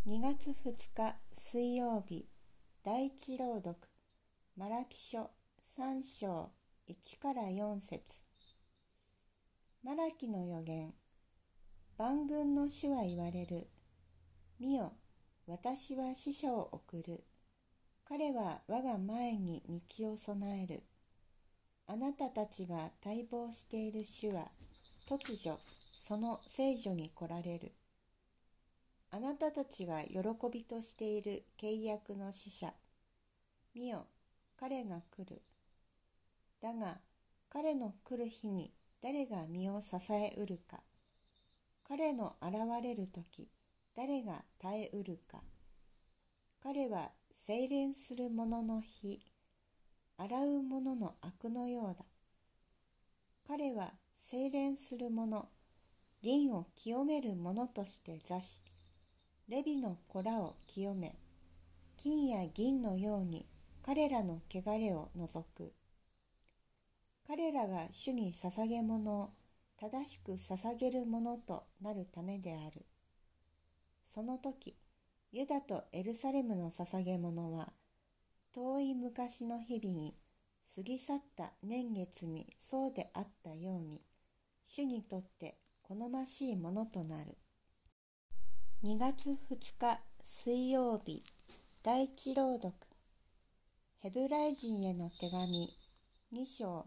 2月2日水曜日、第一朗読、マラキ書3章1から4節。マラキの預言。万軍の主は言われる。見よ、私は使者を送る。彼は我が前に道を備える。あなたたちが待望している主は、突如、その聖所に来られる。あなたたちが喜びとしている契約の使者。見よ、彼が来る。だが、彼の来る日に誰が身を支えうるか。彼の現れるとき、誰が耐えうるか。彼は精錬する者の火、洗う者の悪のようだ。彼は精錬する者、銀を清める者として座し、レビの子らを清め、金や銀のように彼らの汚れを除く。彼らが主に捧げ物を正しく捧げるものとなるためである。その時、ユダとエルサレムの捧げ物は、遠い昔の日々に過ぎ去った年月にそうであったように、主にとって好ましいものとなる。2月2日水曜日、第一朗読。ヘブライ人への手紙2章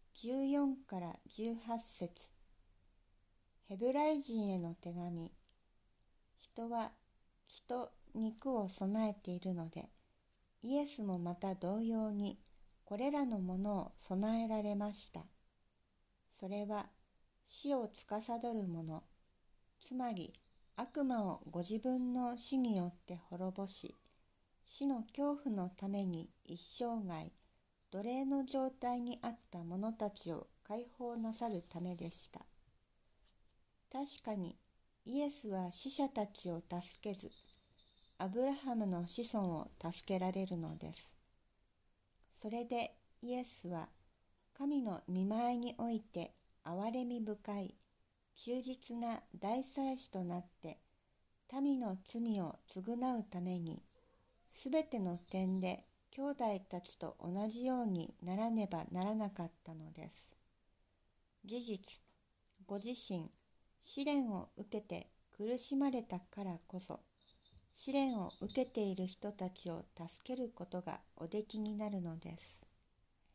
14から18節。ヘブライ人への手紙。人は血と肉を備えているので、イエスもまた同様にこれらのものを備えられました。それは死を司る者、つまり悪魔をご自分の死によって滅ぼし、死の恐怖のために一生涯、奴隷の状態にあった者たちを解放なさるためでした。確かに、イエスは死者たちを助けず、アブラハムの子孫を助けられるのです。それでイエスは、神の御前において憐れみ深い、忠実な大祭司となって、民の罪を償うために、すべての点で兄弟たちと同じようにならねばならなかったのです。事実、ご自身、試練を受けて苦しまれたからこそ、試練を受けている人たちを助けることがおできになるのです。